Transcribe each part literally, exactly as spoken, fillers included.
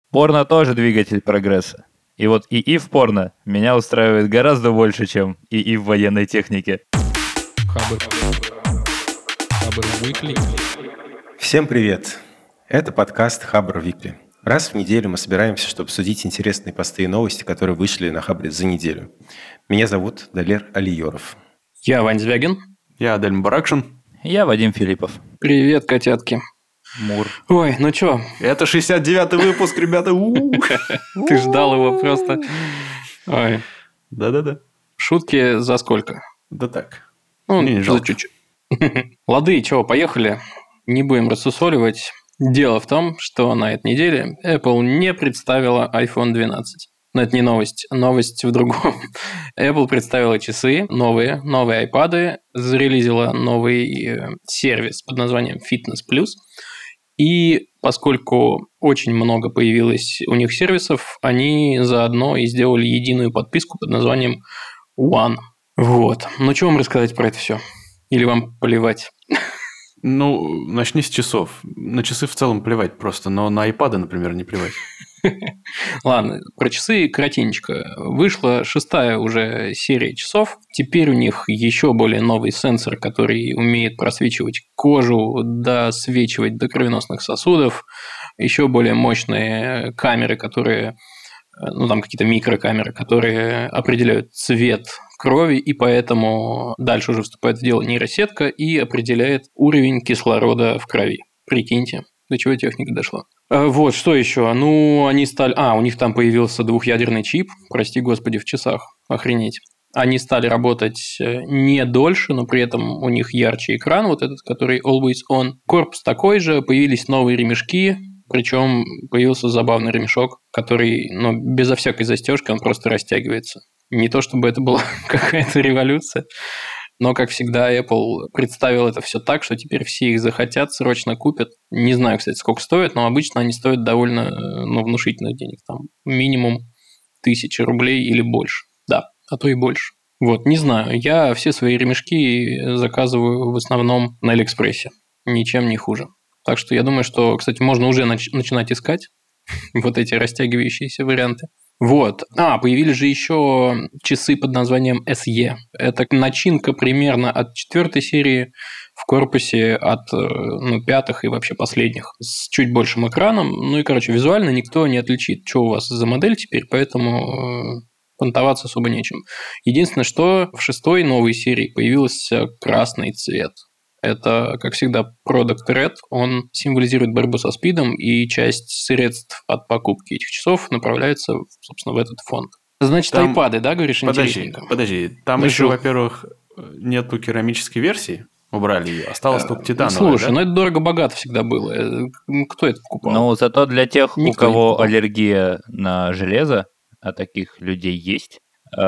Порно тоже двигатель прогресса. И вот ИИ в порно меня устраивает гораздо больше, чем ИИ в военной технике. Хабр. Хабр Weekly. Всем привет! Это подкаст Хабр Weekly. Раз в неделю мы собираемся, чтобы обсудить интересные посты и новости, которые вышли на Хабре за неделю. Меня зовут Далер Алиеров. Я Вань Звягин. Я Адель Мбаракшин. Я Вадим Филиппов. Привет, котятки. Мур. Ой, ну чё? Это шестьдесят девятый выпуск, ребята. Ты ждал его просто. Ой. Да-да-да. Шутки за сколько? Да так. Ну, Мне не за жалко. чуть-чуть. Лады, чё, поехали. Не будем рассусоливать. Дело в том, что на этой неделе Apple не представила айфон двенадцать. Но это не новость. Новость в другом. Apple представила часы новые, новые iPad'ы, зарелизила новый э, сервис под названием Fitness Plus. И поскольку очень много появилось у них сервисов, они заодно и сделали единую подписку под названием One. Вот. Ну, что вам рассказать про это все? Или вам плевать? Ну, начни с часов. На часы в целом плевать просто, но на iPad, например, не плевать. Ладно, про часы кратенько. Вышла шестая уже серия часов. Теперь у них еще более новый сенсор, который умеет просвечивать кожу, досвечивать до кровеносных сосудов. Еще более мощные камеры, которые... Ну, там какие-то микрокамеры, которые определяют цвет крови, и поэтому дальше уже вступает в дело нейросетка и определяет уровень кислорода в крови. Прикиньте, до чего техника дошла. Вот, что еще? Ну, они стали... А, у них там появился двухъядерный чип, прости господи, в часах. Охренеть. Они стали работать не дольше, но при этом у них ярче экран, вот этот, который always on. Корпус такой же, появились новые ремешки, причем появился забавный ремешок, который, ну, безо всякой застежки, он просто растягивается. Не то чтобы это была какая-то революция, но, как всегда, Apple представил это все так, что теперь все их захотят, срочно купят. Не знаю, кстати, сколько стоит, но обычно они стоят довольно, ну, внушительных денег. Там минимум тысячи рублей или больше. Да, а то и больше. Вот, не знаю. Я все свои ремешки заказываю в основном на Алиэкспрессе. Ничем не хуже. Так что я думаю, что, кстати, можно уже нач- начинать искать вот эти растягивающиеся варианты. Вот. А, появились же еще часы под названием эс и. Это начинка примерно от четвертой серии в корпусе, от ну, пятых и вообще последних, с чуть большим экраном. Ну и, короче, визуально никто не отличит, что у вас за модель теперь, поэтому понтоваться особо нечем. Единственное, что в шестой новой серии появился красный цвет. Это, как всегда, Product Red, он символизирует борьбу со СПИДом, и часть средств от покупки этих часов направляется, собственно, в этот фонд. Значит, Там... айпады, да, говоришь, подожди, интересненько? Подожди, там ну, еще, что? во-первых, нету керамической версии, убрали ее, осталось только титановая. Слушай, да? ну это дорого-богато всегда было. Кто это покупал? Ну, зато для тех, Никто у кого не аллергия на железо, а таких людей есть,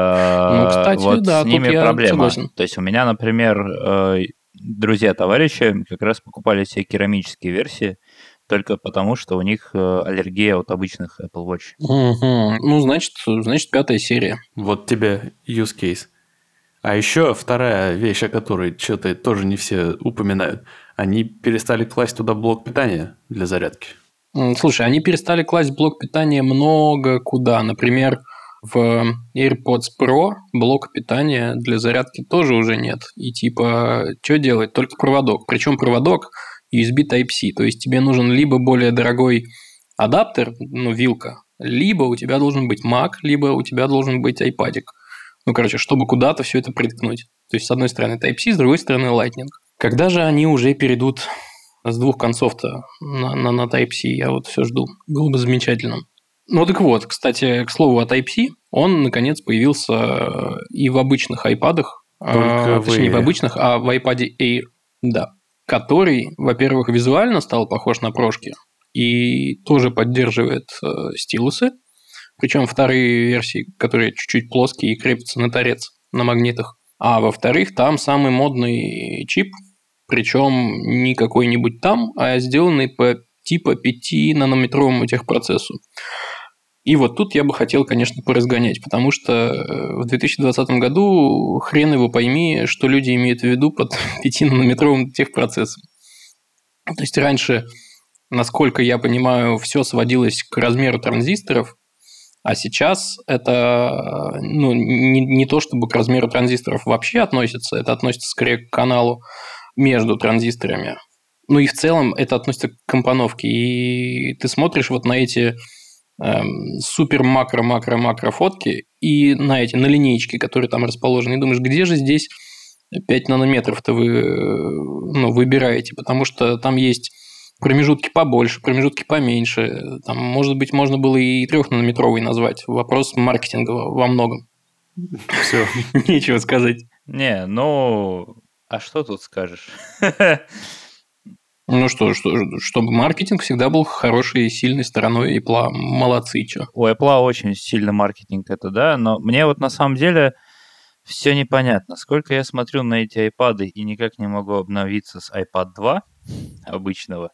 Ну, кстати, вот да, с тут ними я проблема. согласен. То есть у меня, например, друзья товарищи как раз покупали себе керамические версии только потому, что у них аллергия от обычных Apple Watch. Угу. Ну, значит, значит, пятая серия. Вот тебе use case. А еще вторая вещь, о которой что-то тоже не все упоминают. Они перестали класть туда блок питания для зарядки. Слушай, они перестали класть блок питания много куда. Например, в AirPods Pro блока питания для зарядки тоже уже нет. И типа, что делать? Только проводок. Причем проводок ю эс би Type-C. То есть, тебе нужен либо более дорогой адаптер, ну, вилка, либо у тебя должен быть Mac, либо у тебя должен быть iPadик. Ну, короче, чтобы куда-то все это приткнуть. То есть, с одной стороны Type-C, с другой стороны Lightning. Когда же они уже перейдут с двух концов-то на, на, на Type-C? Я вот все жду. Было бы замечательно. Ну, так вот, кстати, к слову о Type-C, он, наконец, появился и в обычных iPad'ах, Только а, в точнее, не в Air. обычных, а в iPad Air, да, который, во-первых, визуально стал похож на прошки и тоже поддерживает э, стилусы, причем вторые версии, которые чуть-чуть плоские и крепятся на торец, на магнитах, а во-вторых, там самый модный чип, причем не какой-нибудь там, а сделанный по типа пятинанометровому техпроцессу. И вот тут я бы хотел, конечно, поразгонять, потому что в две тысячи двадцатом году хрен его пойми, что люди имеют в виду под пятинанометровым техпроцессом. То есть, раньше насколько я понимаю, все сводилось к размеру транзисторов, а сейчас это ну, не, не то, чтобы к размеру транзисторов вообще относится, это относится скорее к каналу между транзисторами. Ну и в целом это относится к компоновке. И ты смотришь вот на эти эм, супер-макро-макро-макро фотки и на эти, на линейки, которые там расположены, и думаешь, где же здесь пять нанометров-то вы ну, выбираете? Потому что там есть промежутки побольше, промежутки поменьше. Там, может быть, можно было и трехнанометровый назвать. Вопрос маркетингового во многом. Все. Нечего сказать. Не, ну, а что тут скажешь? Ну что, что, чтобы маркетинг всегда был хорошей и сильной стороной Apple. Молодцы, что. У Apple очень сильно маркетинг это, да, но мне вот на самом деле все непонятно. Сколько я смотрю на эти iPad и никак не могу обновиться с iPad два обычного,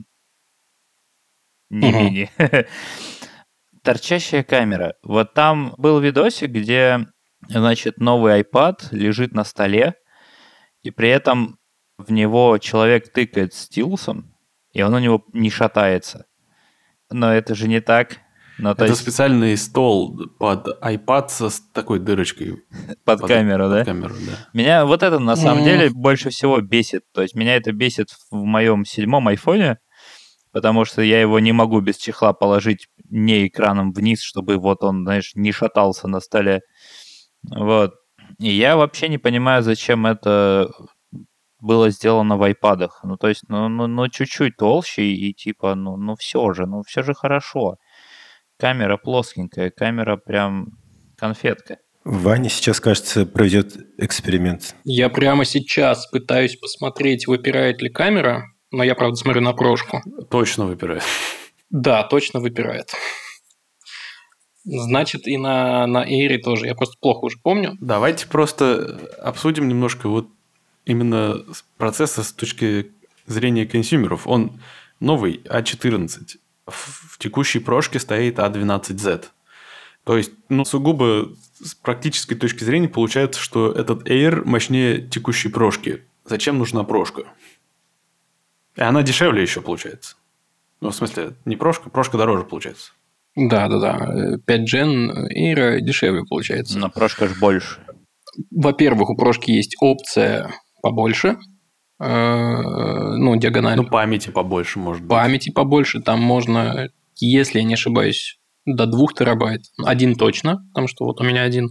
не Мгм. мини. Торчащая камера. Вот там был видосик, где, значит, новый iPad лежит на столе, и при этом в него человек тыкает стилусом, и он у него не шатается. Но это же не так. Ну, то Это есть специальный стол под iPad со с такой дырочкой. под камеру, под да? камеру, да. Меня вот это на самом М. деле больше всего бесит. То есть меня это бесит в моем седьмом айфоне, потому что я его не могу без чехла положить не экраном вниз, чтобы вот он, знаешь, не шатался на столе. Вот. И я вообще не понимаю, зачем это было сделано в айпадах. Ну, то есть, ну, ну, ну чуть-чуть толще и типа, ну, ну все же, ну все же хорошо. Камера плоскенькая, камера прям конфетка. Ваня сейчас, кажется, проведет эксперимент. Я прямо сейчас пытаюсь посмотреть, выпирает ли камера, но я, правда, смотрю на прошку. Точно выпирает. Да, точно выпирает. Значит, и на, на Air тоже. Я просто плохо уже помню. Давайте просто обсудим немножко вот именно процесса с точки зрения консюмеров. Он новый а четырнадцать. В текущей прошке стоит а двенадцать зет. То есть, ну, сугубо с практической точки зрения получается, что этот Air мощнее текущей прошки. Зачем нужна прошка? И она дешевле еще получается. Ну, в смысле, не прошка, прошка дороже получается. Да, да, да. пять джен Air дешевле получается. Но прошка ж больше. Во-первых, у прошки есть опция побольше. э, Ну, диагональ. Ну, памяти побольше, может быть. Памяти побольше. Там можно, если я не ошибаюсь, до двух терабайт. Один точно, потому что вот у меня один.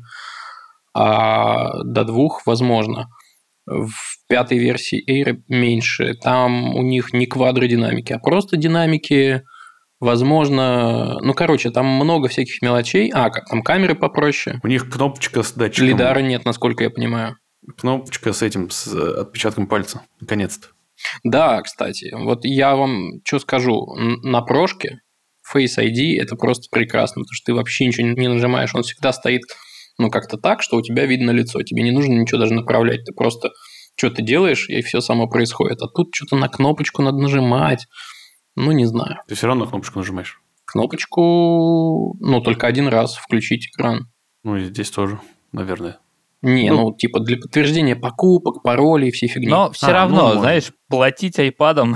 А до двух возможно. В пятой версии Air меньше. Там у них не квадродинамики, а просто динамики. Возможно... Ну, короче, там много всяких мелочей. А, как там камеры попроще. У них кнопочка с датчиком. Лидара нет, насколько я понимаю. Кнопочка с этим, с отпечатком пальца. Наконец-то. Да, кстати. Вот я вам что скажу. На прошке Face ай ди это просто прекрасно, потому что ты вообще ничего не нажимаешь. Он всегда стоит ну, как-то так, что у тебя видно лицо. Тебе не нужно ничего даже направлять. Ты просто что-то делаешь, и все само происходит. А тут что-то на кнопочку надо нажимать. Ну, не знаю. Ты все равно кнопочку нажимаешь. Кнопочку, ну, только один раз включить экран. Ну, и здесь тоже, наверное. Не, Ну, ну, типа для подтверждения покупок, паролей, всей фигни. Но все А, равно, ну, может. знаешь, платить айпадом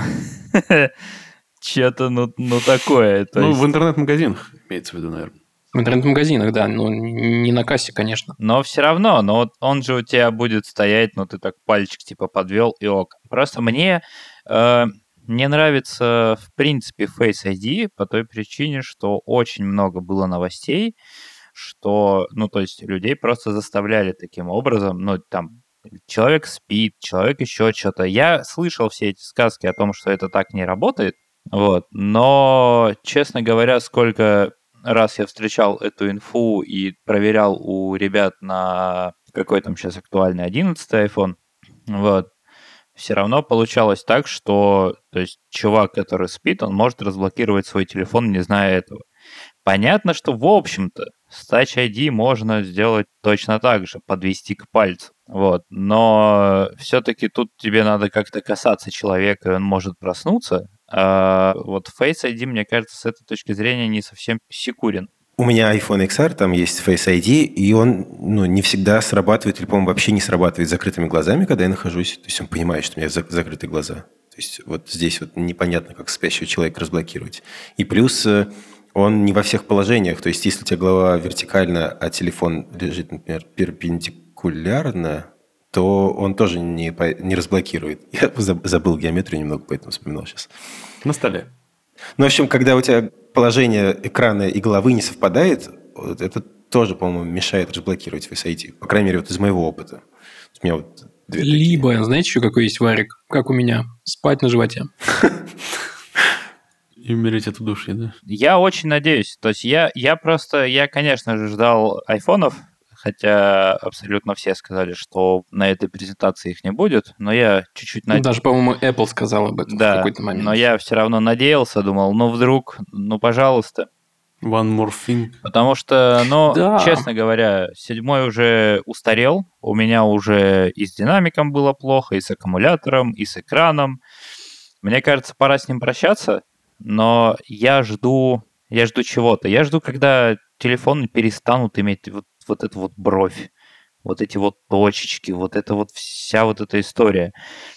что-то, ну, ну такое. То ну, есть- в интернет-магазинах имеется в виду, наверное. В интернет-магазинах, да, ну, не на кассе, конечно. Но все равно, но вот он же у тебя будет стоять, ну ты так пальчик типа подвел и ок. Просто мне э, не нравится в принципе Face ай ди по той причине, что очень много было новостей, что, ну то есть людей просто заставляли таким образом, ну там человек спит, человек еще что-то. Я слышал все эти сказки о том, что это так не работает, вот. Но, честно говоря, сколько раз я встречал эту инфу и проверял у ребят на какой там сейчас актуальный одиннадцатый iPhone, вот, все равно получалось так, что, то есть, чувак, который спит, он может разблокировать свой телефон, не зная этого. Понятно, что, в общем-то, с Touch ай ди можно сделать точно так же, подвести к пальцу, вот, но все-таки тут тебе надо как-то касаться человека, и он может проснуться, а вот Face ай ди, мне кажется, с этой точки зрения не совсем секурен. У меня iPhone икс ар, там есть Face ай ди, и он ну, не всегда срабатывает, или, по-моему, вообще не срабатывает с закрытыми глазами, когда я нахожусь. То есть он понимает, что у меня зак- закрыты глаза. То есть вот здесь вот непонятно, как спящего человека разблокировать. И плюс э, он не во всех положениях. То есть если у тебя голова вертикально, а телефон лежит, например, перпендикулярно, то он тоже не, по- не разблокирует. Я заб- забыл геометрию немного, поэтому вспоминал сейчас. На столе. Ну, в общем, когда у тебя положение экрана и головы не совпадает, вот это тоже, по-моему, мешает разблокировать Face ай ди. По крайней мере, вот из моего опыта. У меня вот две такие. Либо, знаете, еще какой есть варик, как у меня, спать на животе. И умереть от удушья, да? Я очень надеюсь. То есть я, я просто, я, конечно же, ждал айфонов, хотя абсолютно все сказали, что на этой презентации их не будет, но я чуть-чуть Ну, надеялся. даже, по-моему, Apple сказал об этом в Да, какой-то момент. но я все равно надеялся, думал, ну вдруг, ну пожалуйста. One more thing. Потому что, ну, Да. честно говоря, седьмой уже устарел, у меня уже и с динамиком было плохо, и с аккумулятором, и с экраном. Мне кажется, пора с ним прощаться, но я жду, я жду чего-то. Я жду, когда телефоны перестанут иметь вот, вот эту вот бровь, вот эти вот точечки, вот это вот вся вот эта история.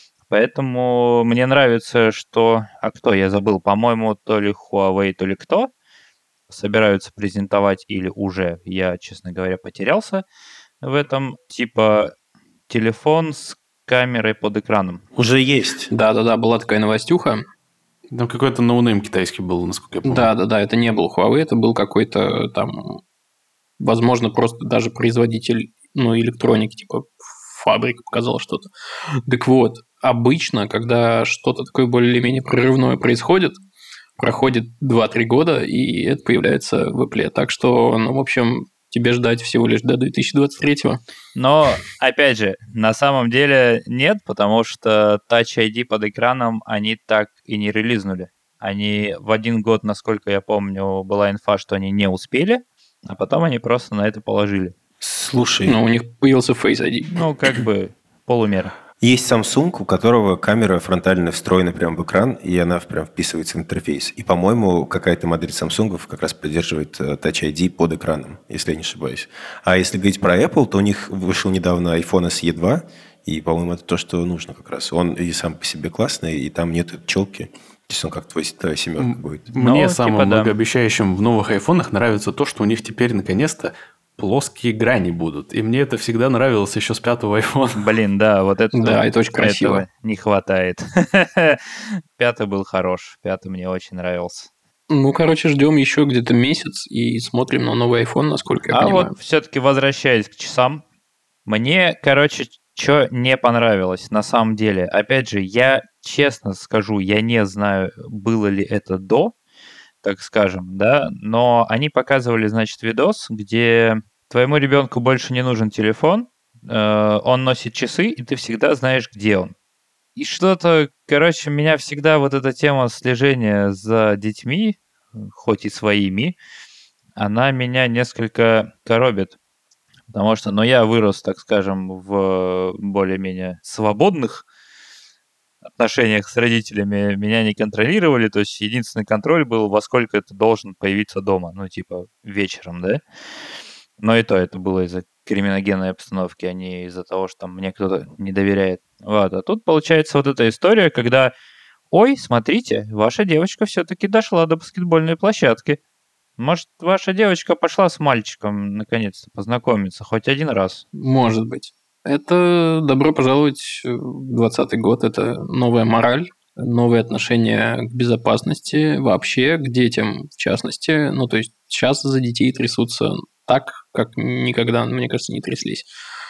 Поэтому мне нравится, что... А кто? Я забыл. По-моему, то ли Huawei, то ли кто собираются презентовать или уже. Я, честно говоря, потерялся в этом. Типа телефон с камерой под экраном. Уже есть. Да-да-да, была такая новостюха. Там какой-то ноунейм китайский был, насколько я помню. Да-да-да, это не был Huawei, это был какой-то там, возможно, просто даже производитель, ну, электроники, типа фабрика показала что-то. Так вот, обычно, когда что-то такое более-менее прорывное происходит, проходит два-три года, и это появляется в Apple. Так что, ну, в общем, тебе ждать всего лишь до две тысячи двадцать третьего. Но, опять же, на самом деле нет, потому что Touch ай ди под экраном они так и не релизнули. Они в один год, насколько я помню, была инфа, что они не успели, а потом они просто на это положили. Слушай, Ну, у них появился Face ай ди. Ну, как бы полумера. есть Samsung, у которого камера фронтальная встроена прямо в экран, и она прям вписывается в интерфейс. И, по-моему, какая-то модель Samsung как раз поддерживает э, Touch ай ди под экраном, если я не ошибаюсь. А если говорить про Apple, то у них вышел недавно iPhone эс и два, и, по-моему, это то, что нужно как раз. Он и сам по себе классный, и там нет челки. То есть он как твой, твоя семерка будет. Мне Ну, самым типа да. многообещающим в новых айфонах нравится то, что у них теперь наконец-то плоские грани будут. И мне это всегда нравилось еще с пятого айфона. Блин, да, вот это... Да, это очень красиво. этого не хватает. Пятый был хорош, пятый мне очень нравился. Ну, короче, ждем еще где-то месяц и смотрим на новый iPhone, насколько я А понимаю. вот все-таки возвращаясь к часам, мне, короче, что не понравилось на самом деле. Опять же, я честно скажу, я не знаю, было ли это до, так скажем, да, но они показывали, значит, видос, где твоему ребенку больше не нужен телефон, э, он носит часы, и ты всегда знаешь, где он. И что-то, короче, меня всегда вот эта тема слежения за детьми, хоть и своими, она меня несколько коробит. Потому что, ну, я вырос, так скажем, в более-менее свободных отношениях с родителями. Меня не контролировали, то есть единственный контроль был, во сколько ты должен появиться дома, ну, типа, вечером, да? Но и то это было из-за криминогенной обстановки, а не из-за того, что там мне кто-то не доверяет. Вот. А тут получается вот эта история, когда, ой, смотрите, ваша девочка все-таки дошла до баскетбольной площадки. Может, ваша девочка пошла с мальчиком наконец-то познакомиться хоть один раз. Может быть. Это добро пожаловать в двадцатый год. Это новая мораль, новые отношения к безопасности, вообще к детям в частности. Ну, то есть сейчас за детей трясутся так, как никогда, мне кажется, не тряслись.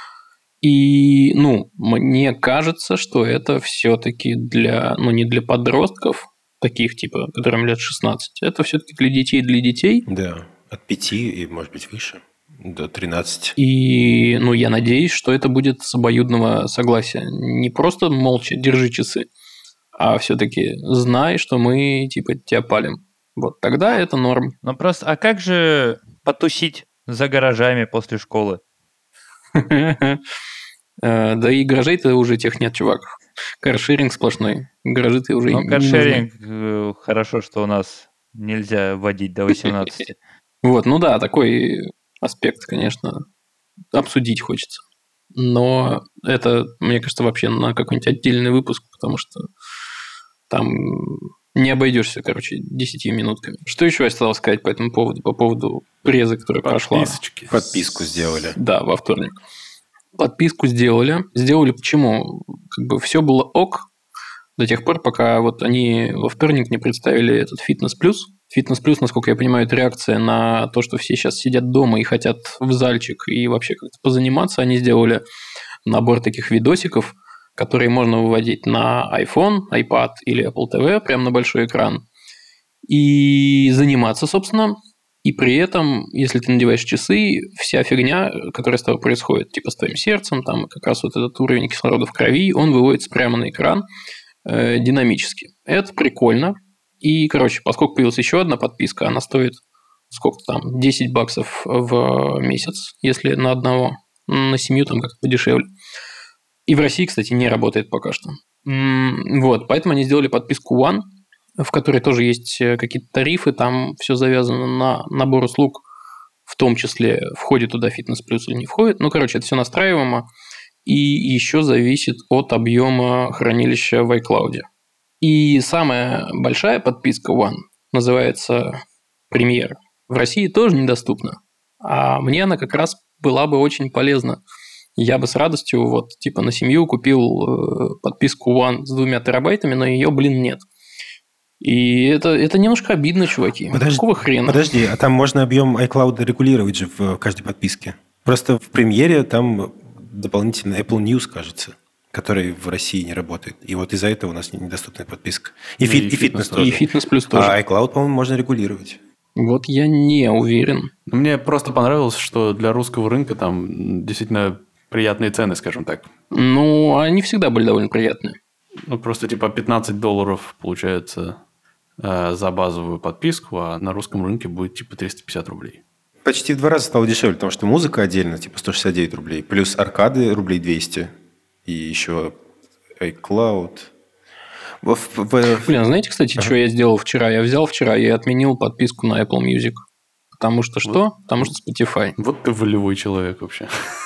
И, ну, мне кажется, что это все-таки для, ну, не для подростков, таких типа, которым лет шестнадцать, это все-таки для детей, для детей. Да, от пяти и, может быть, выше, до тринадцати. И, ну, я надеюсь, что это будет с обоюдного согласия. Не просто молча держи часы, а все-таки знай, что мы, типа, тебя палим. Вот тогда это норм. Ну просто, а как же потусить за гаражами после школы? Да и гаражей-то уже тех нет, чувак. Каршеринг сплошной. Гаражи-то уже Ну, не каршеринг, нужны. э, хорошо, что у нас нельзя водить до восемнадцати. Вот, ну да, такой аспект, конечно, обсудить хочется. Но это, мне кажется, вообще на какой-нибудь отдельный выпуск, потому что Там не обойдешься, короче, десятью минутками. Что еще я хотел сказать по этому поводу, по поводу презы, которая прошла? Подписочки. Подписку сделали. Да, во вторник. Подписку сделали. Сделали почему? Как бы все было ок до тех пор, пока вот они во вторник не представили этот Fitness Plus. Fitness Plus, насколько я понимаю, это реакция на то, что все сейчас сидят дома и хотят в зальчик и вообще как-то позаниматься. Они сделали набор таких видосиков, которые можно выводить на iPhone, iPad или Apple ти ви, прямо на большой экран, и заниматься, собственно. И при этом, если ты надеваешь часы, вся фигня, которая с тобой происходит, типа с твоим сердцем, там как раз вот этот уровень кислорода в крови, он выводится прямо на экран э, динамически. Это прикольно. И, короче, поскольку появилась еще одна подписка, она стоит сколько-то там, десять баксов в месяц, если на одного, на семью там как-то подешевле. И в России, кстати, не работает пока что. Вот, поэтому они сделали подписку One, в которой тоже есть какие-то тарифы, там все завязано на набор услуг, в том числе входит туда Fitness Plus или не входит. Ну, короче, это все настраиваемо, и еще зависит от объема хранилища в iCloud. И самая большая подписка One называется Premier. В России тоже недоступна, а мне она как раз была бы очень полезна. Я бы с радостью вот типа на семью купил подписку One с двумя терабайтами, но ее, блин, нет. И это, это немножко обидно, чуваки. Подожди, Какого хрена? Подожди, а там можно объем iCloud регулировать же в каждой подписке. Просто в премьере там дополнительно Apple News, кажется, который в России не работает. И вот из-за этого у нас недоступная подписка. И, Ну, фит, и и фитнес фитнес тоже. И Fitness Plus тоже. А iCloud, по-моему, можно регулировать. Вот я не уверен. Мне просто понравилось, что для русского рынка там действительно приятные цены, скажем так. Ну, они всегда были довольно приятные. Ну, просто типа пятнадцать долларов получается э, за базовую подписку, а на русском рынке будет типа триста пятьдесят рублей. Почти в два раза стало дешевле, потому что музыка отдельно, типа сто шестьдесят девять рублей, плюс аркады рублей двести, и еще iCloud. В, в... Блин, знаете, кстати, Ага. что я сделал вчера? Я взял вчера и отменил подписку на Apple Music. Потому что что? Вот. Потому что Spotify. Вот ты волевой человек вообще.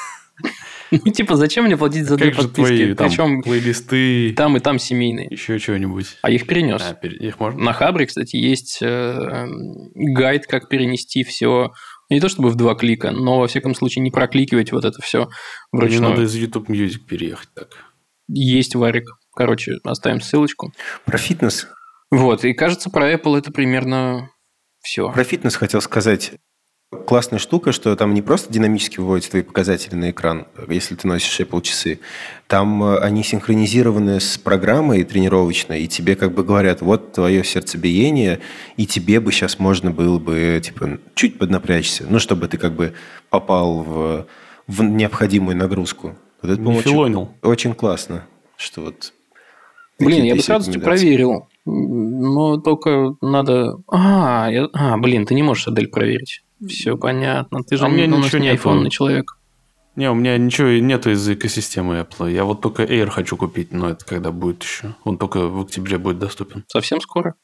Ну, типа, зачем мне платить за две Как же подписки? твои там Причем плейлисты, там и там семейные. еще чего-нибудь? А их перенес. А, пере- их можно? На Хабре, кстати, есть э, гайд, как перенести все. Не то чтобы в два клика, но, во всяком случае, не прокликивать вот это все Мне вручную. надо из YouTube Music переехать так. Есть варик. Короче, оставим ссылочку. Про фитнес. Вот, и кажется, про Apple это примерно все. Про фитнес хотел сказать. Классная штука, что там не просто динамически выводят твои показатели на экран, если ты носишь Apple часы. Там они синхронизированы с программой тренировочной, и тебе как бы говорят, вот твое сердцебиение, и тебе бы сейчас можно было бы типа чуть поднапрячься, ну, чтобы ты как бы попал в, в необходимую нагрузку. Вот это, Не по-моему, филонил. очень, очень классно, что вот... Блин, какие-то я бы есть с радостью рекомендации. проверил. Но только надо... А, я... а, блин, ты не можешь Адель проверить. Все понятно. Ты же А у меня у нас ничего не нету. айфонный человек. Не, у меня ничего нету из экосистемы Apple. Я вот только Air хочу купить, но это когда будет еще. Он только в октябре будет доступен. Совсем скоро.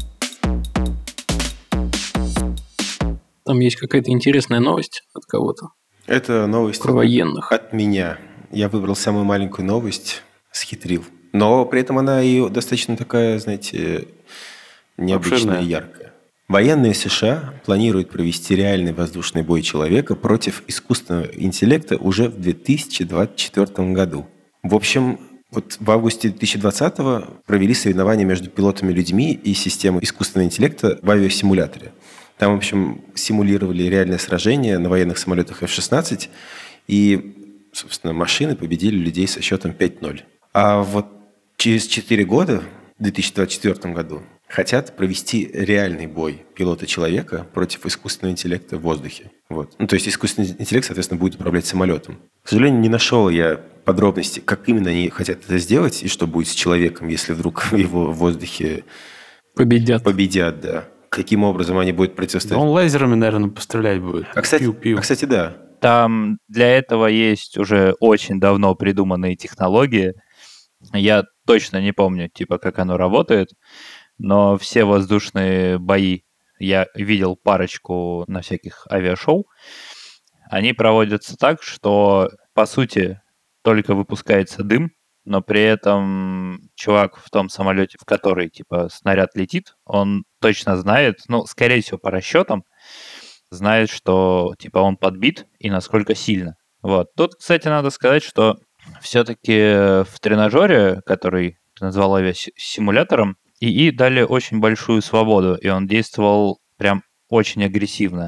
Там есть какая-то интересная новость от кого-то. Это новость Про военных. от меня. Я выбрал самую маленькую новость, схитрил. Но при этом она и достаточно такая, знаете, необычная Обширная. и яркая. Военные США планируют провести реальный воздушный бой человека против искусственного интеллекта уже в две тысячи двадцать четвёртом году. В общем, вот в августе две тысячи двадцатого провели соревнования между пилотами-людьми и системой искусственного интеллекта в авиасимуляторе. Там, в общем, симулировали реальное сражение на военных самолетах эф шестнадцать, и, собственно, машины победили людей со счетом пять ноль. А вот через четыре года, в две тысячи двадцать четвёртом году, хотят провести реальный бой пилота-человека против искусственного интеллекта в воздухе. Вот. Ну, то есть искусственный интеллект, соответственно, будет управлять самолетом. К сожалению, не нашел я подробностей, как именно они хотят это сделать, и что будет с человеком, если вдруг его в воздухе Победят. победят, да. Каким образом они будут Да противостоять. он лазерами, наверное, пострелять будет. А, кстати, Пиу-пиу. а, кстати, да. Там для этого есть уже очень давно придуманные технологии. Я точно не помню, типа, как оно работает, но все воздушные бои, я видел парочку на всяких авиашоу, они проводятся так, что, по сути, только выпускается дым, но при этом чувак в том самолете, в который, типа, снаряд летит, он точно знает, ну, скорее всего, по расчетам, знает, что, типа, он подбит и насколько сильно. Вот. Тут, кстати, надо сказать, что все-таки в тренажере, который ты назвал авиасимулятором, ИИ дали очень большую свободу, и он действовал прям очень агрессивно.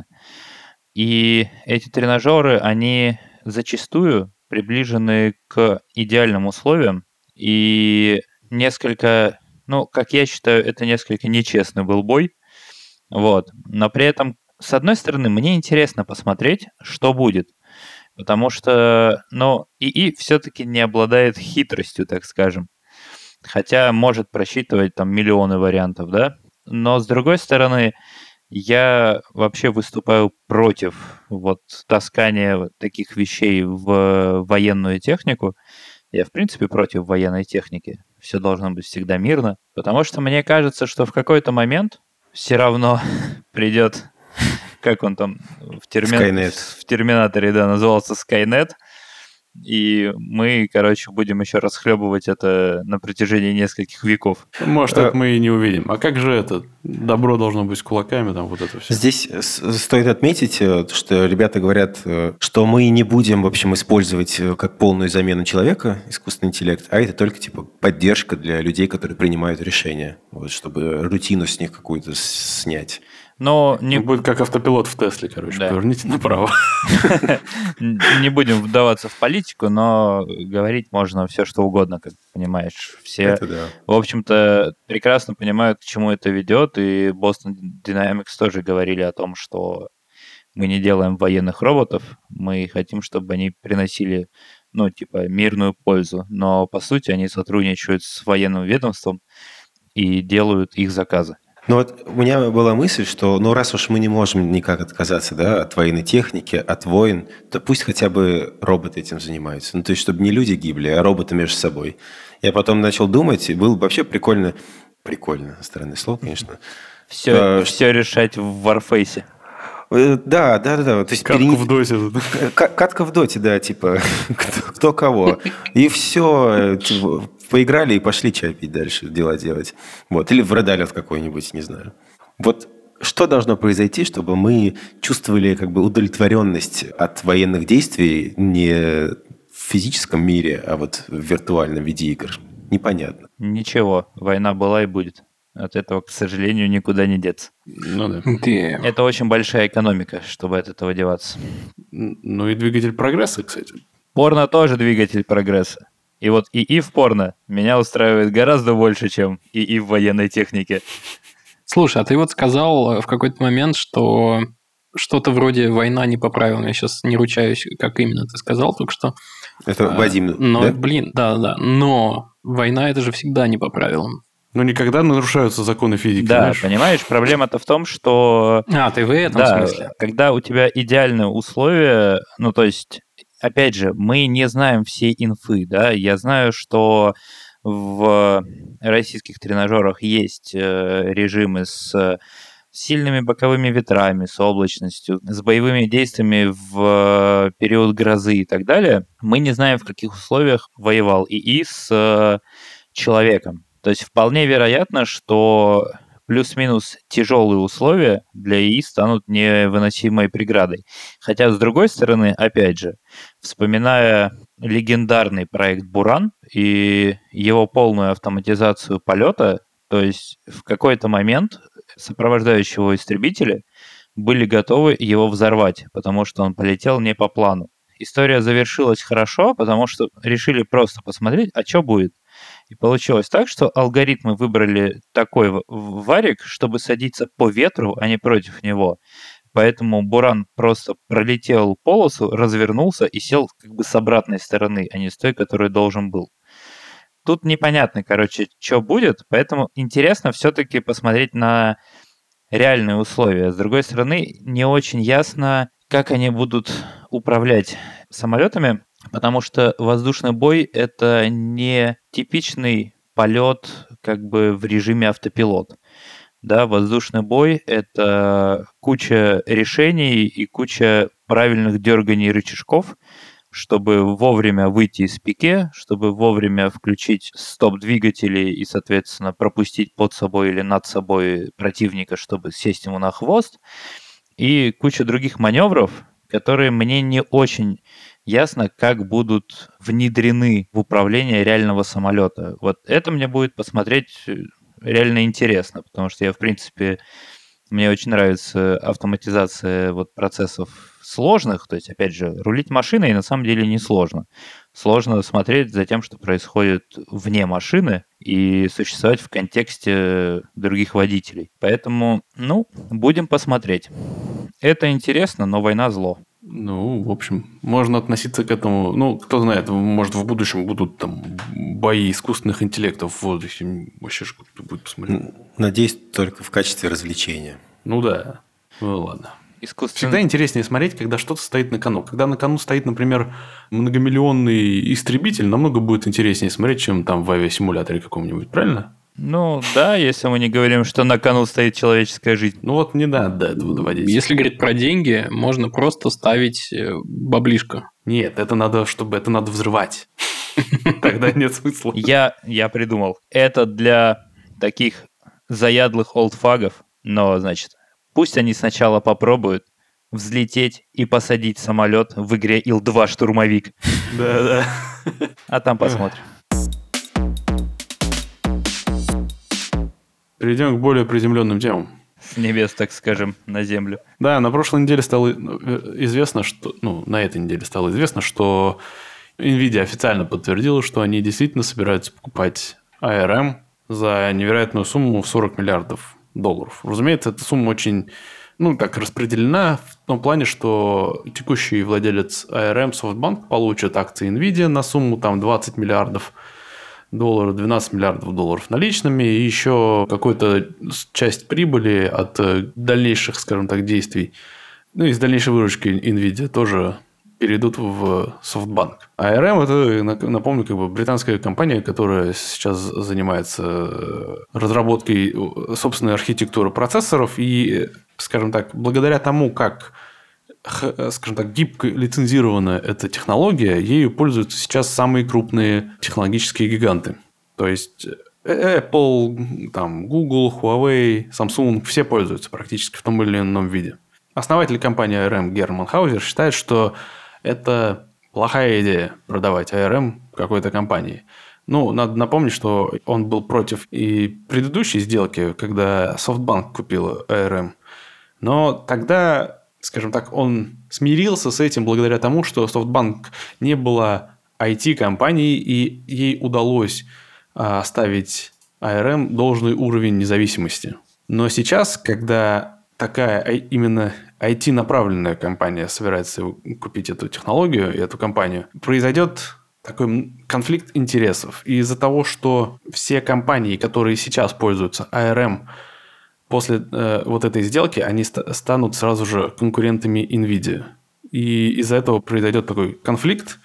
И эти тренажеры, они зачастую приближены к идеальным условиям, и несколько, ну, как я считаю, это несколько нечестный был бой. Вот. Но при этом, с одной стороны, мне интересно посмотреть, что будет. Потому что, ну, ИИ все-таки не обладает хитростью, так скажем. Хотя может просчитывать там миллионы вариантов, да? Но, с другой стороны, я вообще выступаю против вот таскания таких вещей в военную технику. Я, в принципе, против военной техники. Все должно быть всегда мирно. Потому что мне кажется, что в какой-то момент все равно придет... Как он там в, терми... в Терминаторе, да, назывался Skynet. И мы, короче, будем еще расхлебывать это на протяжении нескольких веков. Может, это мы и не увидим. А как же это? Добро должно быть с кулаками, там вот это все. Здесь стоит отметить, что ребята говорят, что мы не будем, в общем, использовать как полную замену человека искусственный интеллект, а это только типа поддержка для людей, которые принимают решения, вот, чтобы рутину с них какую-то снять. Но не... Будет как автопилот в Тесле, короче, да. Поверните направо. Не будем вдаваться в политику, но говорить можно все, что угодно, как понимаешь. Все, в общем-то, прекрасно понимают, к чему это ведет, и Boston Dynamics тоже говорили о том, что мы не делаем военных роботов, мы хотим, чтобы они приносили, ну, типа, мирную пользу, но, по сути, они сотрудничают с военным ведомством и делают их заказы. Ну вот у меня была мысль, что ну раз уж мы не можем никак отказаться, да, от военной техники, от войн, то пусть хотя бы роботы этим занимаются. Ну то есть чтобы не люди гибли, а роботы между собой. Я потом начал думать, и было бы вообще прикольно, прикольно, странное слово, конечно. Все, а, все решать в Warface. Да, да, да, да. То есть катка перене... в доте. Катка в доте, да, типа кто, кто кого. И все, типа, поиграли и пошли чай пить дальше, дела делать. Вот. Или в Red Alert какой-нибудь, не знаю. Вот что должно произойти, чтобы мы чувствовали как бы удовлетворенность от военных действий не в физическом мире, а вот в виртуальном виде игр? Непонятно. Ничего, война была и будет. От этого, к сожалению, никуда не деться. Ну да. Damn. Это очень большая экономика, чтобы от этого деваться. Ну и двигатель прогресса, кстати. Порно тоже двигатель прогресса. И вот ИИ в порно меня устраивает гораздо больше, чем ИИ в военной технике. Слушай, а ты вот сказал в какой-то момент, что что-то вроде «война не по правилам». Я сейчас не ручаюсь, как именно ты сказал только что. Это Вадим, Но, да? блин, да-да. Но война – это же всегда не по правилам. Но никогда нарушаются законы физики. Да, знаешь? понимаешь, проблема-то в том, что... А, ты в этом да, смысле? Когда у тебя идеальные условия, ну, то есть, опять же, мы не знаем всей инфы, да, я знаю, что в российских тренажерах есть режимы с сильными боковыми ветрами, с облачностью, с боевыми действиями в период грозы и так далее. Мы не знаем, в каких условиях воевал ИИ с человеком. То есть вполне вероятно, что плюс-минус тяжелые условия для ИИ станут невыносимой преградой. Хотя, с другой стороны, опять же, вспоминая легендарный проект «Буран» и его полную автоматизацию полета, то есть в какой-то момент сопровождающие его истребители были готовы его взорвать, потому что он полетел не по плану. История завершилась хорошо, потому что решили просто посмотреть, а что будет. И получилось так, что алгоритмы выбрали такой варик, чтобы садиться по ветру, а не против него. Поэтому Буран просто пролетел полосу, развернулся и сел как бы с обратной стороны, а не с той, которой должен был. Тут непонятно, короче, что будет, поэтому интересно все-таки посмотреть на реальные условия. С другой стороны, не очень ясно, как они будут управлять самолетами, потому что воздушный бой — это не типичный полет как бы в режиме автопилот. Да, воздушный бой — это куча решений и куча правильных дерганий рычажков, чтобы вовремя выйти из пике, чтобы вовремя включить стоп-двигатели и, соответственно, пропустить под собой или над собой противника, чтобы сесть ему на хвост, и куча других маневров, которые мне не очень ясно, как будут внедрены в управление реального самолета. Вот это мне будет посмотреть реально интересно, потому что я, в принципе, мне очень нравится автоматизация вот процессов сложных, то есть, опять же, рулить машиной на самом деле не сложно. Сложно смотреть за тем, что происходит вне машины и существовать в контексте других водителей. Поэтому, ну, будем посмотреть. Это интересно, но война зло. Ну, в общем, можно относиться к этому. Ну, кто знает, может, в будущем будут там бои искусственных интеллектов в воздухе. Вообще же кто будет посмотреть. Надеюсь, только в качестве развлечения. Ну да. Ну ладно. Искусственно... Всегда интереснее смотреть, когда что-то стоит на кону. Когда на кону стоит, например, многомиллионный истребитель, намного будет интереснее смотреть, чем там в авиасимуляторе каком-нибудь, правильно? Ну да, если мы не говорим, что на кону стоит человеческая жизнь. Ну вот не надо до этого доводить. Если говорить про деньги, можно просто ставить баблишко. Нет, это надо, чтобы это надо взрывать. Тогда нет смысла. Я, я придумал. Это для таких заядлых олдфагов, но, значит, пусть они сначала попробуют взлететь и посадить самолет в игре Ил два «Штурмовик». Да-да. А там посмотрим. Перейдем к более приземленным темам. С небес, так скажем, на землю. Да, на прошлой неделе стало известно, что... Ну, на этой неделе стало известно, что NVIDIA официально подтвердила, что они действительно собираются покупать эй ар эм за невероятную сумму в сорок миллиардов долларов. Разумеется, эта сумма очень, ну, так распределена в том плане, что текущий владелец эй ар эм SoftBank получит акции NVIDIA на сумму там двадцать миллиардов долларов, двенадцать миллиардов долларов наличными, и еще какую-то часть прибыли от дальнейших, скажем так, действий, ну, из дальнейшей выручки NVIDIA тоже перейдут в SoftBank. эй ар эм – это, напомню, как бы британская компания, которая сейчас занимается разработкой собственной архитектуры процессоров, и, скажем так, благодаря тому, как, скажем так, гибко лицензирована эта технология, ею пользуются сейчас самые крупные технологические гиганты. То есть Apple, там, Google, Huawei, Samsung – все пользуются практически в том или ином виде. Основатель компании эй ар эм Герман Хаузер считает, что это плохая идея продавать эй ар эм какой-то компании. Ну, надо напомнить, что он был против и предыдущей сделки, когда SoftBank купил эй ар эм. Но тогда, скажем так, он смирился с этим благодаря тому, что SoftBank не была ай ти-компанией, и ей удалось оставить эй ар эм должный уровень независимости. Но сейчас, когда такая именно ай ти-направленная компания собирается купить эту технологию и эту компанию, произойдет такой конфликт интересов. И из-за того, что все компании, которые сейчас пользуются эй ар эм, после э, вот этой сделки, они ст- станут сразу же конкурентами NVIDIA. И из-за этого произойдет такой конфликт,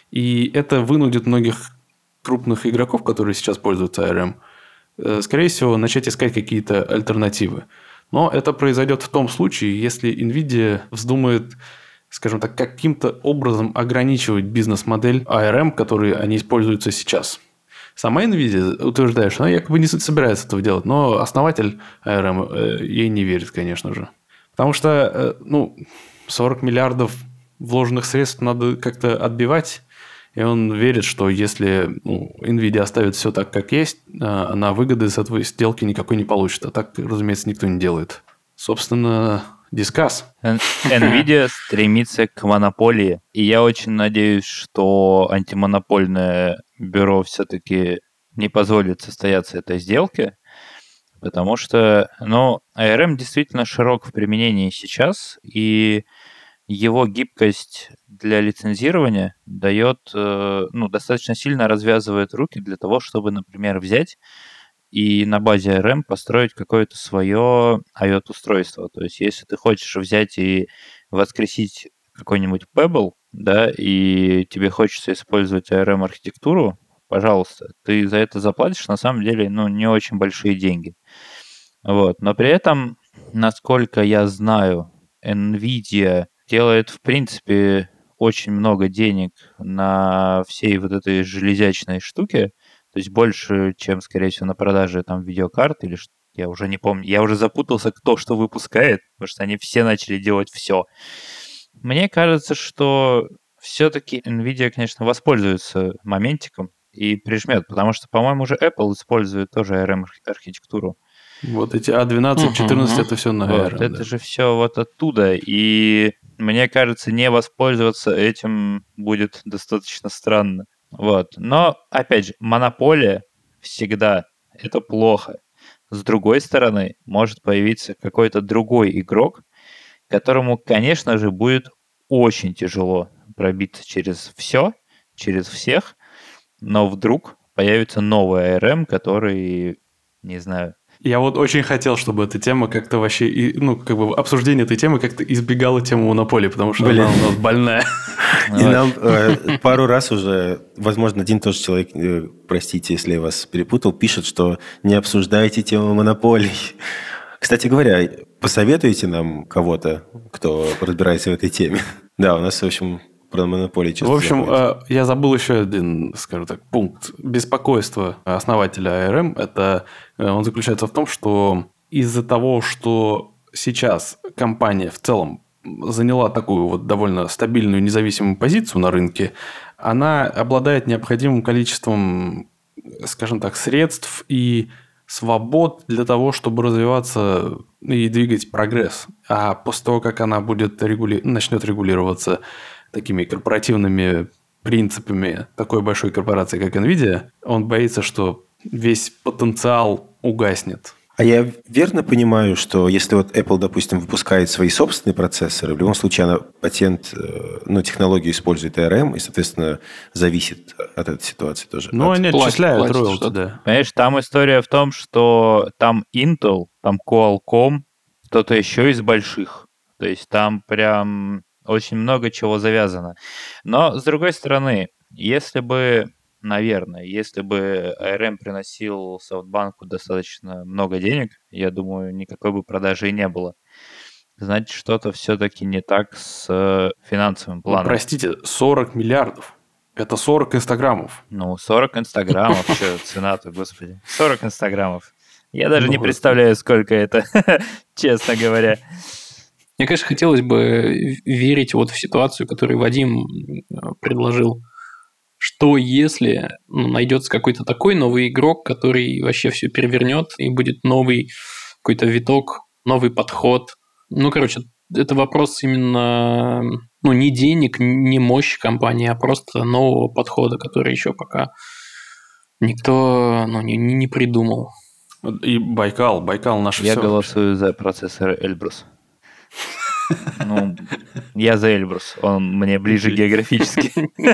и это вынудит многих крупных игроков, которые сейчас пользуются эй ар эм, э, скорее всего, начать искать какие-то альтернативы. Но это произойдет в том случае, если NVIDIA вздумает, скажем так, каким-то образом ограничивать бизнес-модель эй ар эм, которые они используются сейчас. Сама NVIDIA утверждает, что она якобы не собирается этого делать, но основатель эй ар эм ей не верит, конечно же. Потому что, ну, сорок миллиардов вложенных средств надо как-то отбивать. И он верит, что если ну, NVIDIA оставит все так, как есть, она выгоды с этой сделки никакой не получит. А так, разумеется, никто не делает. Собственно, дискас. NVIDIA стремится к монополии. И я очень надеюсь, что антимонопольное бюро все-таки не позволит состояться этой сделке. Потому что, ну, эй ар эм действительно широк в применении сейчас. И его гибкость для лицензирования дает, ну, достаточно сильно развязывает руки для того, чтобы, например, взять и на базе эй ар эм построить какое-то свое ай о ти-устройство. То есть, если ты хочешь взять и воскресить какой-нибудь Pebble, да, и тебе хочется использовать эй ар эм-архитектуру, пожалуйста, ты за это заплатишь, на самом деле, ну, не очень большие деньги. Вот. Но при этом, насколько я знаю, NVIDIA делает, в принципе, очень много денег на всей вот этой железячной штуке, то есть больше, чем, скорее всего, на продаже там видеокарт или что, я уже не помню, я уже запутался, кто что выпускает, потому что они все начали делать все. Мне кажется, что все-таки NVIDIA, конечно, воспользуется моментиком и прижмет, потому что, по-моему, уже Apple использует тоже эй ар эм-архитектуру. Вот эти а двенадцать, четырнадцать, это все на эй ар эм. Вот, это да. же все вот оттуда, и мне кажется, не воспользоваться этим будет достаточно странно. Вот. Но, опять же, монополия всегда это плохо. С другой стороны, может появиться какой-то другой игрок, которому, конечно же, будет очень тяжело пробиться через все, через всех, но вдруг появится новый эй ар эм, который, не знаю... Я вот очень хотел, чтобы эта тема как-то вообще, и, ну, как бы обсуждение этой темы как-то избегало тему монополии, потому что Блин. она у нас больная. И нам э, пару раз уже, возможно, один тоже человек, э, простите, если я вас перепутал, пишет, что не обсуждайте тему монополий. Кстати говоря, посоветуйте нам кого-то, кто разбирается в этой теме. Да, у нас, в общем, про монополии часто В общем, заходит. э, я забыл еще один, скажем так, пункт беспокойства основателя эй ар эм. Это э, он заключается в том, что из-за того, что сейчас компания в целом заняла такую вот довольно стабильную независимую позицию на рынке, она обладает необходимым количеством, скажем так, средств и свобод для того, чтобы развиваться и двигать прогресс. А после того, как она будет регули... начнет регулироваться такими корпоративными принципами такой большой корпорации, как NVIDIA, он боится, что весь потенциал угаснет. А я верно понимаю, что если вот Apple, допустим, выпускает свои собственные процессоры, в любом случае она патент, ну, технологию использует эй ар эм и, соответственно, зависит от этой ситуации тоже. Ну, от... они платят, отчисляют платят роялти, что-то. да. Понимаешь, там история в том, что там Intel, там Qualcomm, кто-то еще из больших. То есть там прям очень много чего завязано. Но, с другой стороны, если бы, наверное, если бы эй ар эм приносил SoftBank достаточно много денег, я думаю, никакой бы продажи и не было. Значит, что-то все-таки не так с э, финансовым Ну, планом. простите, сорок миллиардов. Это сорок инстаграмов. Ну, сорок инстаграмов, что цена-то, господи. сорок инстаграмов. Я даже Ну, не вот. представляю, сколько это, честно говоря. Мне, конечно, хотелось бы верить вот в ситуацию, которую Вадим предложил. Что если ну, найдется какой-то такой новый игрок, который вообще все перевернет, и будет новый какой-то виток, новый подход. Ну, короче, это вопрос именно ну, не денег, не мощи компании, а просто нового подхода, который еще пока никто ну, не, не придумал. И Байкал, Байкал наше Я все. голосую за процессор Эльбрус. Ну, я за Эльбрус. Он мне ближе географически.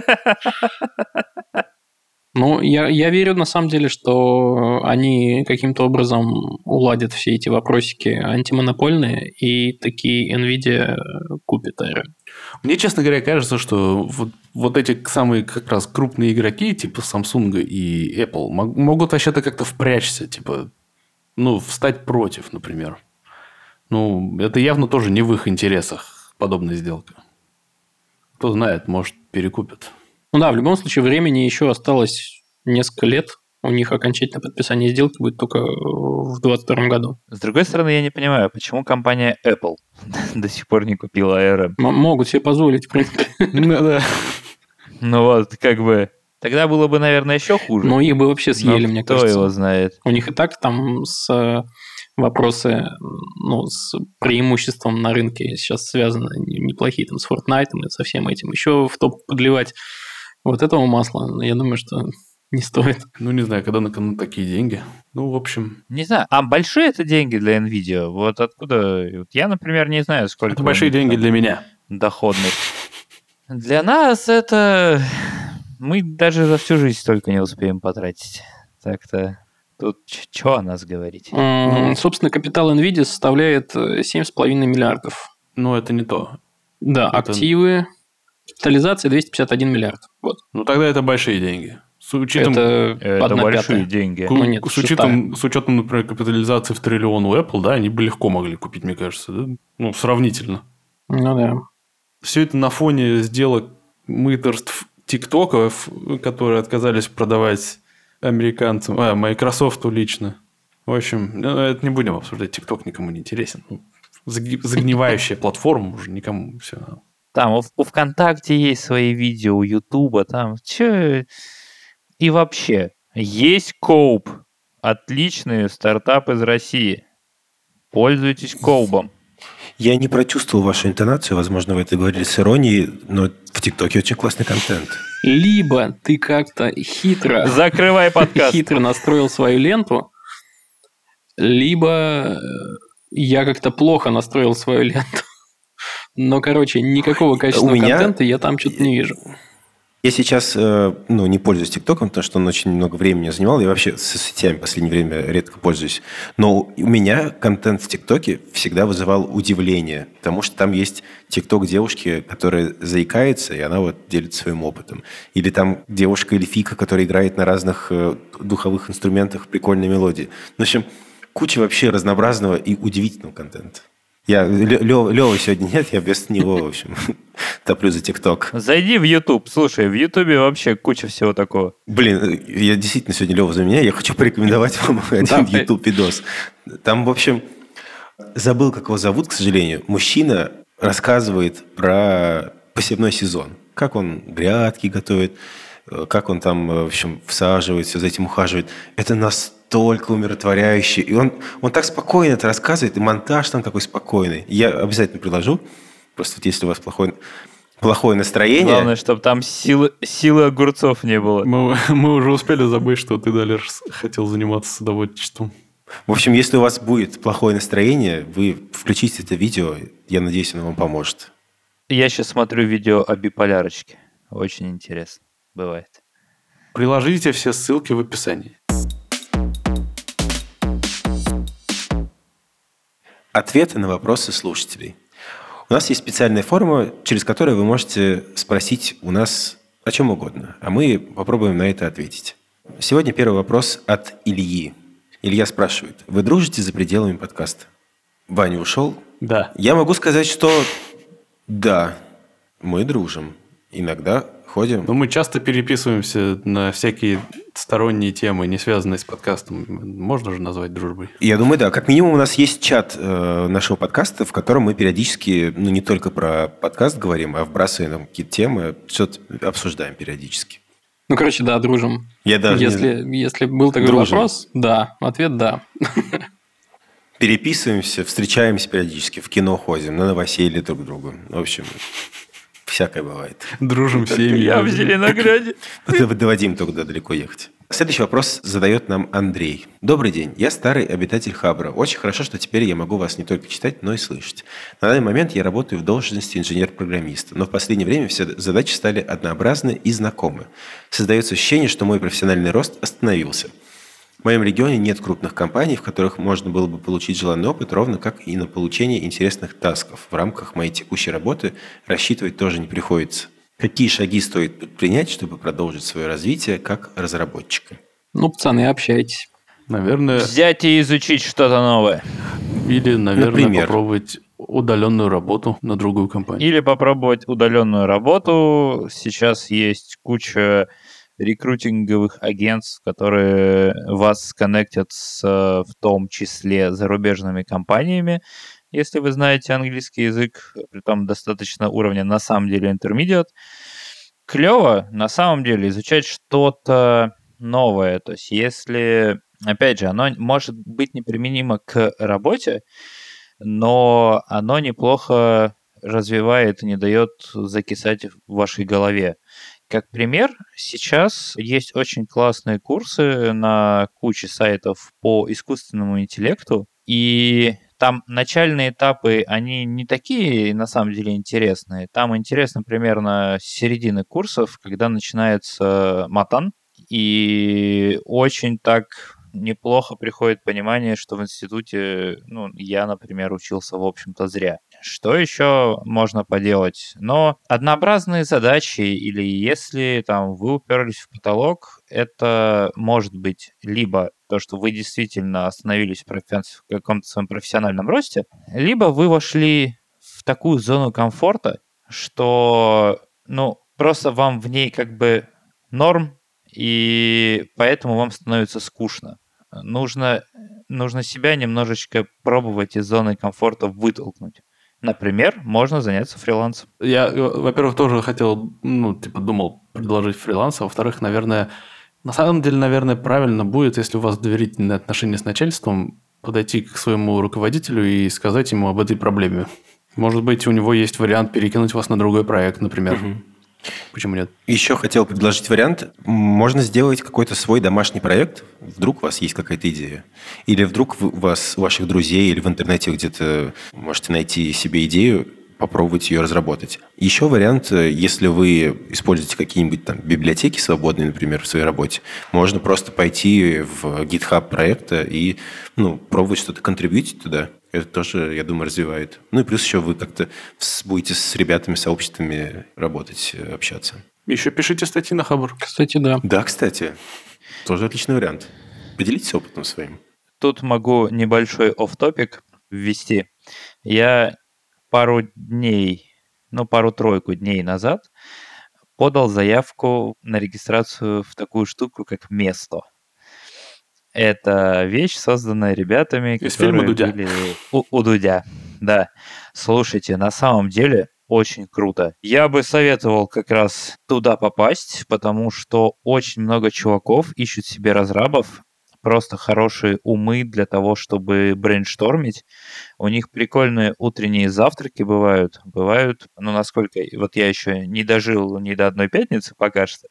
Ну, я, я верю на самом деле, что они каким-то образом уладят все эти вопросики антимонопольные, и такие NVIDIA купит эй ар эм. Мне, честно говоря, кажется, что вот, вот эти самые как раз крупные игроки, типа Samsung и Apple, мог- могут вообще-то как-то впрячься, типа, ну, встать против, например. Ну, это явно тоже не в их интересах, подобная сделка. Кто знает, может, перекупят. Ну да, в любом случае времени еще осталось несколько лет. У них окончательное подписание сделки будет только в двадцать втором году. С другой стороны, я не понимаю, почему компания Apple до сих пор не купила эй ар эм. М- могут себе позволить, в принципе. Да. Ну вот, как бы... Тогда было бы, наверное, еще хуже. Но их бы вообще съели, Но мне кто кажется. его знает. У них и так там с э, вопросы ну, с преимуществом на рынке сейчас связаны не- неплохие там с Fortnite и со всем этим. Еще в топ подливать вот этого масла, я думаю, что не стоит. Ну, не знаю, когда на кону такие деньги. Ну, в общем, Не знаю, а большие это деньги для NVIDIA? Вот откуда... Вот я, например, не знаю, сколько... это у большие них деньги там для меня. доходность. Для нас это... Мы даже за всю жизнь столько не успеем потратить. Так-то тут что о нас говорить? М, Собственно, капитал NVIDIA составляет э, семь с половиной миллиардов. Но это не то. Да, Это- активы, капитализация двести пятьдесят один миллиард. Вот. Ну, тогда это большие деньги. С учетом, Это, Это одна большие пятая. деньги. ку- ну, нет, с, учетом, с учетом, например, капитализации в триллион у Apple, да, они бы легко могли купить, мне кажется. Да? Ну, сравнительно. Ну да. Все это на фоне сделок мыторств тиктоков, которые отказались продавать американцам, а, Microsoft лично. В общем, ну, это не будем обсуждать. Тикток никому не интересен. Загнивающая платформа уже никому все. Там у, у ВКонтакте есть свои видео, у Ютуба, там, че... И вообще, есть Коуп. Отличный стартап из России. Пользуйтесь Коубом. Я не прочувствовал вашу интонацию, возможно, вы это говорили с иронией, но в ТикТоке очень классный контент. Либо ты как-то хитро... Закрывай подкаст. Хитро настроил свою ленту, либо я как-то плохо настроил свою ленту. Но, короче, никакого качественного меня... контента я там что-то не вижу. Я сейчас ну, не пользуюсь ТикТоком, потому что он очень много времени занимал. Я вообще соцсетями в последнее время редко пользуюсь. Но у меня контент в ТикТоке всегда вызывал удивление, потому что там есть ТикТок девушки, которая заикается, и она вот делится своим опытом. Или там девушка-эльфика, которая играет на разных духовых инструментах прикольные мелодии. В общем, куча вообще разнообразного и удивительного контента. Я, Лёва сегодня нет, я без него, в общем, топлю за ТикТок. Зайди в YouTube. Слушай, в Ютубе вообще куча всего такого. Блин, я действительно сегодня Лёва за меня. Я хочу порекомендовать вам один YouTube-видос. Там, в общем, забыл, как его зовут, к сожалению. Мужчина рассказывает про посевной сезон. Как он грядки готовит, как он там, в общем, всаживает, все за этим ухаживает. Это настолько умиротворяюще. И он, он так спокойно это рассказывает, и монтаж там такой спокойный. Я обязательно приложу. Просто вот если у вас плохое, плохое настроение... Главное, чтобы там силы, силы огурцов не было. Мы, мы уже успели забыть, что ты, Далер, хотел заниматься садоводчеством. В общем, если у вас будет плохое настроение, вы включите это видео. Я надеюсь, оно вам поможет. Я сейчас смотрю видео о биполярочке. Очень интересно. Бывает. Приложите все ссылки в описании. Ответы на вопросы слушателей. У нас есть специальная форма, через которую вы можете спросить у нас о чем угодно, а мы попробуем на это ответить. Сегодня первый вопрос от Ильи. Илья спрашивает: вы дружите за пределами подкаста? Ваня ушел? Да. Я могу сказать, что да, мы дружим. Иногда ходим. Но мы часто переписываемся на всякие сторонние темы, не связанные с подкастом. Можно же назвать дружбой? Я думаю, да. Как минимум у нас есть чат э, нашего подкаста, в котором мы периодически, ну, не только про подкаст говорим, а вбрасываем там какие-то темы, что-то обсуждаем периодически. Ну, короче, да, дружим. Я даже если, не... если был такой Дружим. вопрос, да. Ответ – да. Переписываемся, встречаемся периодически, в кино ходим, на новоселье друг к другу. В общем... Всякое бывает. Дружим всеми. Я в Зеленограде. Доводим туда далеко ехать. Следующий вопрос задает нам Андрей. Добрый день. Я старый обитатель Хабра. Очень хорошо, что теперь я могу вас не только читать, но и слышать. На данный момент я работаю в должности инженер-программиста, но в последнее время все задачи стали однообразны и знакомы. Создается ощущение, что мой профессиональный рост остановился. В моем регионе нет крупных компаний, в которых можно было бы получить желанный опыт, ровно как и на получение интересных тасков. В рамках моей текущей работы рассчитывать тоже не приходится. Какие шаги стоит предпринять, чтобы продолжить свое развитие как разработчика? Ну, пацаны, общайтесь. Наверное... Взять и изучить что-то новое. Или, наверное, Например? попробовать удаленную работу на другую компанию. Или попробовать удаленную работу. Сейчас есть куча рекрутинговых агентств, которые вас коннектят с, в том числе, зарубежными компаниями, если вы знаете английский язык, притом достаточно уровня, на самом деле, intermediate. Клево, на самом деле, изучать что-то новое. То есть, если, опять же, оно может быть неприменимо к работе, но оно неплохо развивает и не дает закисать в вашей голове. Как пример, сейчас есть очень классные курсы на куче сайтов по искусственному интеллекту, и там начальные этапы, они не такие, на самом деле, интересные. Там интересно примерно с середины курсов, когда начинается матан, и очень так неплохо приходит понимание, что в институте, ну, я, например, учился, в общем-то, зря. Что еще можно поделать? Но однообразные задачи, или если там вы уперлись в потолок, это может быть либо то, что вы действительно остановились в, профи- в каком-то своем профессиональном росте, либо вы вошли в такую зону комфорта, что, ну, просто вам в ней как бы норм, и поэтому вам становится скучно. Нужно, нужно себя немножечко пробовать из зоны комфорта вытолкнуть. Например, можно заняться фрилансом. Я, во-первых, тоже хотел, ну, типа, думал предложить фриланс, а во-вторых, наверное, на самом деле, наверное, правильно будет, если у вас доверительные отношения с начальством, подойти к своему руководителю и сказать ему об этой проблеме. Может быть, у него есть вариант перекинуть вас на другой проект, например. Угу. Почему нет? Еще хотел предложить вариант. Можно сделать какой-то свой домашний проект. Вдруг у вас есть какая-то идея. Или вдруг у вас, у ваших друзей или в интернете где-то можете найти себе идею, попробовать ее разработать. Еще вариант, если вы используете какие-нибудь там библиотеки свободные, например, в своей работе, можно просто пойти в GitHub проекта и ну, пробовать что-то контрибьютить туда. Это тоже, я думаю, развивает. Ну и плюс еще вы как-то будете с ребятами, сообществами работать, общаться. Еще пишите статьи на Хабр. Кстати, да. Да, кстати. Тоже отличный вариант. Поделитесь опытом своим. Тут могу небольшой офф-топик ввести. Я пару дней, ну, пару-тройку дней назад подал заявку на регистрацию в такую штуку, как Место. Это вещь, созданная ребятами, из которые фильма Дудя. были у, у Дудя. Да. Слушайте, на самом деле очень круто. Я бы советовал как раз туда попасть, потому что очень много чуваков ищут себе разрабов, просто хорошие умы для того, чтобы брейнштормить. У них прикольные утренние завтраки бывают. Бывают, ну, насколько... Вот я еще не дожил ни до одной пятницы пока что.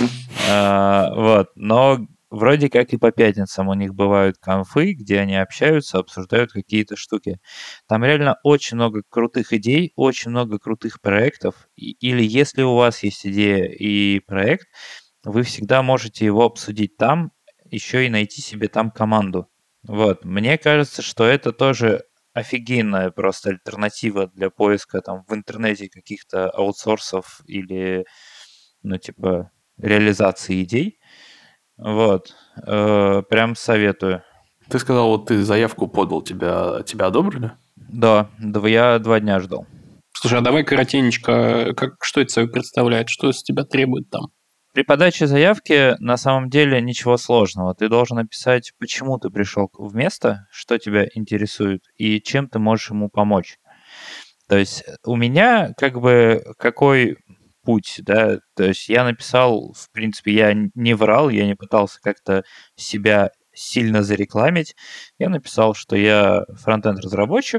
А, вот, но вроде как и по пятницам у них бывают конфы, где они общаются, обсуждают какие-то штуки. Там реально очень много крутых идей, очень много крутых проектов. И, или если у вас есть идея и проект, вы всегда можете его обсудить там, еще и найти себе там команду. Вот. Мне кажется, что это тоже офигенная просто альтернатива для поиска там в интернете каких-то аутсорсов или, ну, типа, реализации идей. Вот. Э, прям советую. Ты сказал, вот ты заявку подал, тебя, тебя одобрили? Да, дв- я два дня ждал. Слушай, а давай коротенечко, как, что это собой представляет, что с тебя требует там? При подаче заявки на самом деле ничего сложного. Ты должен описать, почему ты пришел в место, что тебя интересует и чем ты можешь ему помочь. То есть у меня как бы какой путь, да, то есть я написал, в принципе, я не врал, я не пытался как-то себя сильно зарекламить. Я написал, что я фронтенд-разработчик,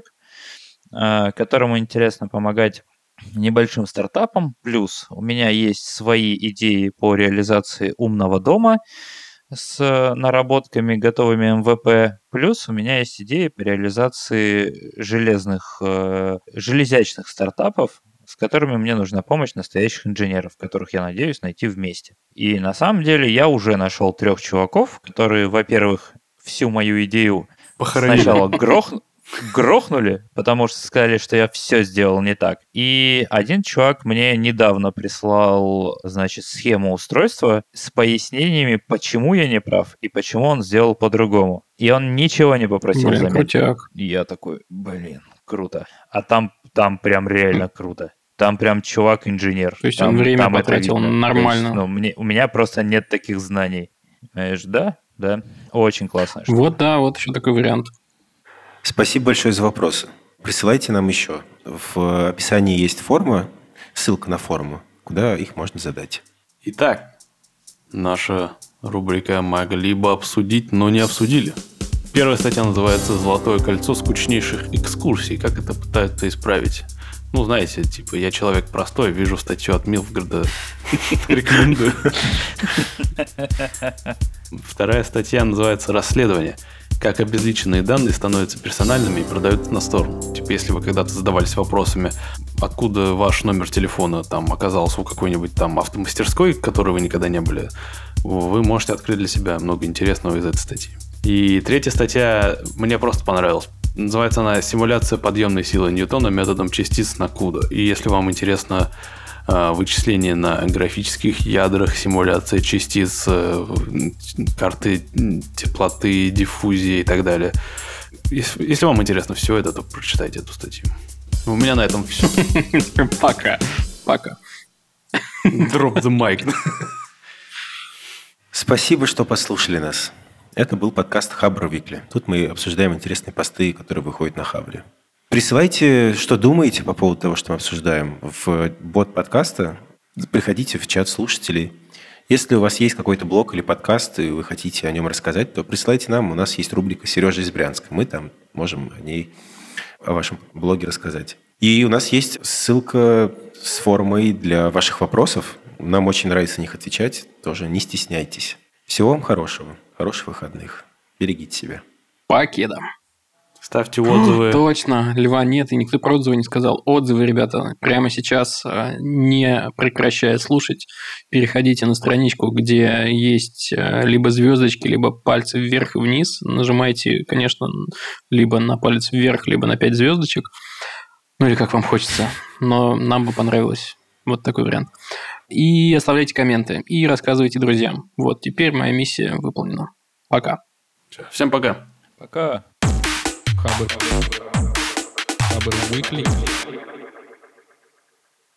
которому интересно помогать небольшим стартапом, плюс у меня есть свои идеи по реализации умного дома с наработками, готовыми эм вэ пэ, плюс у меня есть идеи по реализации железных, э, железячных стартапов, с которыми мне нужна помощь настоящих инженеров, которых я надеюсь найти вместе. И на самом деле я уже нашел трех чуваков, которые, во-первых, всю мою идею Похоронили. Сначала грохнули, грохнули, потому что сказали, что я все сделал не так. И один чувак мне недавно прислал, значит, схему устройства с пояснениями, почему я не прав и почему он сделал по-другому. И он ничего не попросил Блин, заметить. крутяк. И я такой, блин, круто. А там, там прям реально круто. Там прям чувак-инженер. То есть там, он время там это потратил видно. нормально. То есть, ну, мне, у меня просто нет таких знаний. Понимаешь, да? Да. Очень классно. Вот да, вот еще такой вариант. Спасибо большое за вопросы. Присылайте нам еще. В описании есть форма, ссылка на форму, куда их можно задать. Итак, наша рубрика «Могли бы обсудить, но не обсудили». Первая статья называется «Золотое кольцо скучнейших экскурсий. Как это пытаются исправить». Ну, знаете, типа, я человек простой, вижу статью от Милфграда, рекомендую. Вторая статья называется «Расследование. Как обезличенные данные становятся персональными и продаются на сторону». Типа, если вы когда-то задавались вопросами, откуда ваш номер телефона там оказался у какой-нибудь там автомастерской, в которой вы никогда не были, вы можете открыть для себя много интересного из этой статьи. И третья статья мне просто понравилась. Называется она «Симуляция подъемной силы Ньютона методом частиц на кудо». И если вам интересно э, вычисление на графических ядрах, симуляция частиц, э, карты теплоты, диффузии и так далее. Если, если вам интересно все это, то прочитайте эту статью. У меня на этом все. Пока. Пока. Drop the mic. Спасибо, что послушали нас. Это был подкаст Хабр Weekly. Тут мы обсуждаем интересные посты, которые выходят на Хабре. Присылайте, что думаете по поводу того, что мы обсуждаем, в бот подкаста. Приходите в чат слушателей. Если у вас есть какой-то блог или подкаст, и вы хотите о нем рассказать, то присылайте нам. У нас есть рубрика «Сережа из Брянска». Мы там можем о ней, о вашем блоге рассказать. И у нас есть ссылка с формой для ваших вопросов. Нам очень нравится на них отвечать. Тоже не стесняйтесь. Всего вам хорошего. Хороших выходных. Берегите себя. Покеда. Ставьте отзывы. Точно, Льва нет, и никто про отзывы не сказал. Отзывы, ребята, прямо сейчас, не прекращая слушать, переходите на страничку, где есть либо звездочки, либо пальцы вверх и вниз. Нажимайте, конечно, либо на палец вверх, либо на пять звездочек. Ну или как вам хочется. Но нам бы понравилось. Вот такой вариант. И оставляйте комменты. И рассказывайте друзьям. Вот, теперь моя миссия выполнена. Пока. Всем пока. Пока. Хабр. Хабр Weekly.